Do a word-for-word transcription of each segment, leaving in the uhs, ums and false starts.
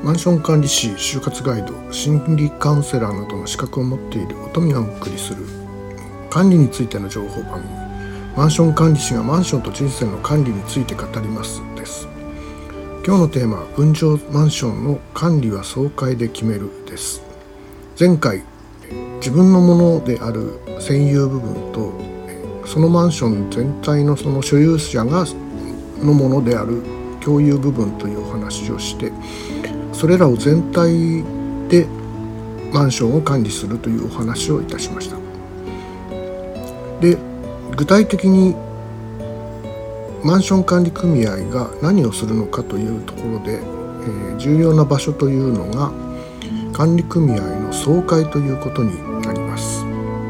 マンション管理士、就活ガイド、心理カウンセラーなどの資格を持っている乙女がお送りする管理についての情報番組、マンション管理士がマンションと人生の管理について語りますです。今日のテーマは分譲マンションの管理は総会で決めるです。前回、自分のものである占有部分とそのマンション全体のその所有者がのものである共有部分というお話をして、それらを全体でマンションを管理するというお話をいたしました。で、具体的にマンション管理組合が何をするのかというところで、えー、重要な場所というのが管理組合の総会ということになります。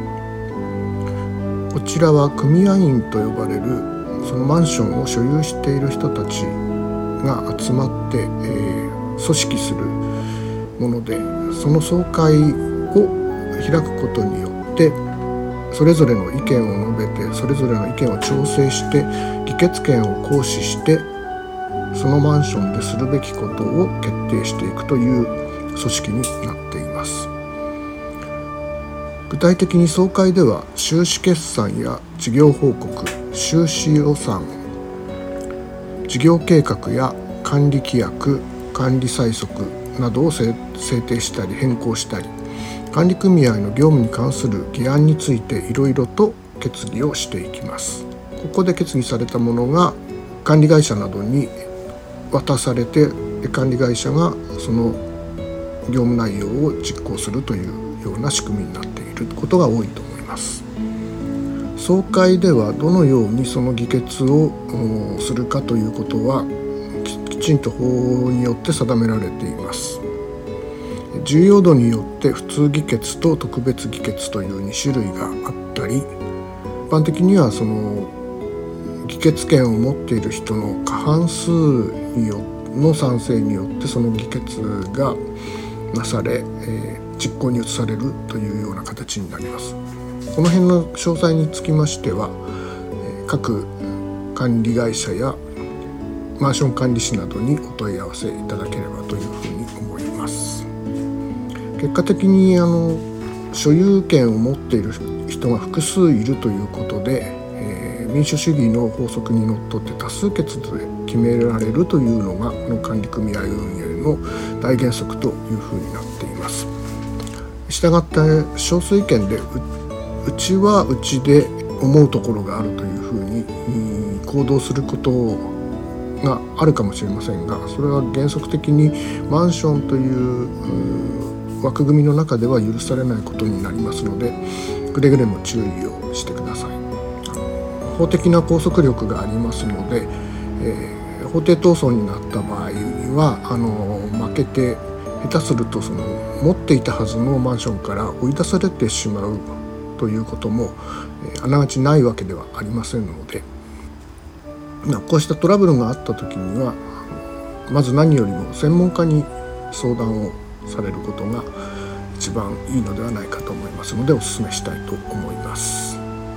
こちらは組合員と呼ばれるそのマンションを所有している人たちが集まって、えー組織するもので、その総会を開くことによってそれぞれの意見を述べて、それぞれの意見を調整して議決権を行使して、そのマンションでするべきことを決定していくという組織になっています。具体的に総会では収支決算や事業報告、収支予算、事業計画や管理規約、管理催促などを制定したり変更したり、管理組合の業務に関する議案についていろいろと決議をしていきます。ここで決議されたものが管理会社などに渡されて、管理会社がその業務内容を実行するというような仕組みになっていることが多いと思います。総会ではどのようにその議決をするかということはきちんと法によって定められています。重要度によって普通議決と特別議決というに種類があったり、一般的にはその議決権を持っている人の過半数によの賛成によってその議決がなされ、えー、実行に移されるというような形になります。この辺の詳細につきましては、えー、各管理会社やマンション管理士などにお問い合わせいただければというふうに思います。結果的にあの所有権を持っている人が複数いるということで、えー、民主主義の法則にのっとって多数決で決められるというのがこの管理組合運営の大原則というふうになっています。したがって少数意見で う, うちはうちで思うところがあるというふうに行動することをがあるかもしれませんが、それは原則的にマンションという枠組みの中では許されないことになりますので、くれぐれも注意をしてください。法的な拘束力がありますので、えー、法廷闘争になった場合にはあの負けて、下手するとその持っていたはずのマンションから追い出されてしまうということも、えー、あながちないわけではありませんので、こうしたトラブルがあった時にはまず何よりも専門家に相談をされることが一番いいのではないかと思いますので、お勧めしたいと思います。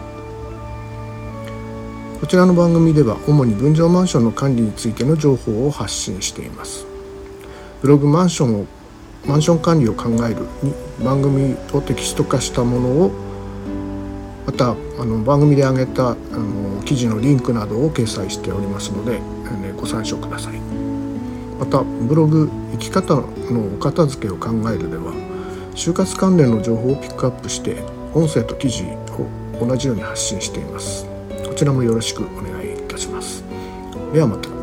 こちらの番組では主に分譲マンションの管理についての情報を発信しています。ブログマンションをマンション管理を考えるに番組をテキスト化したものを、またあの番組で挙げたあの記事のリンクなどを掲載しておりますので、えー、ご参照ください。またブログ生き方のお片付けを考えるでは、就活関連の情報をピックアップして音声と記事を同じように発信しています。こちらもよろしくお願いいたします。ではまた。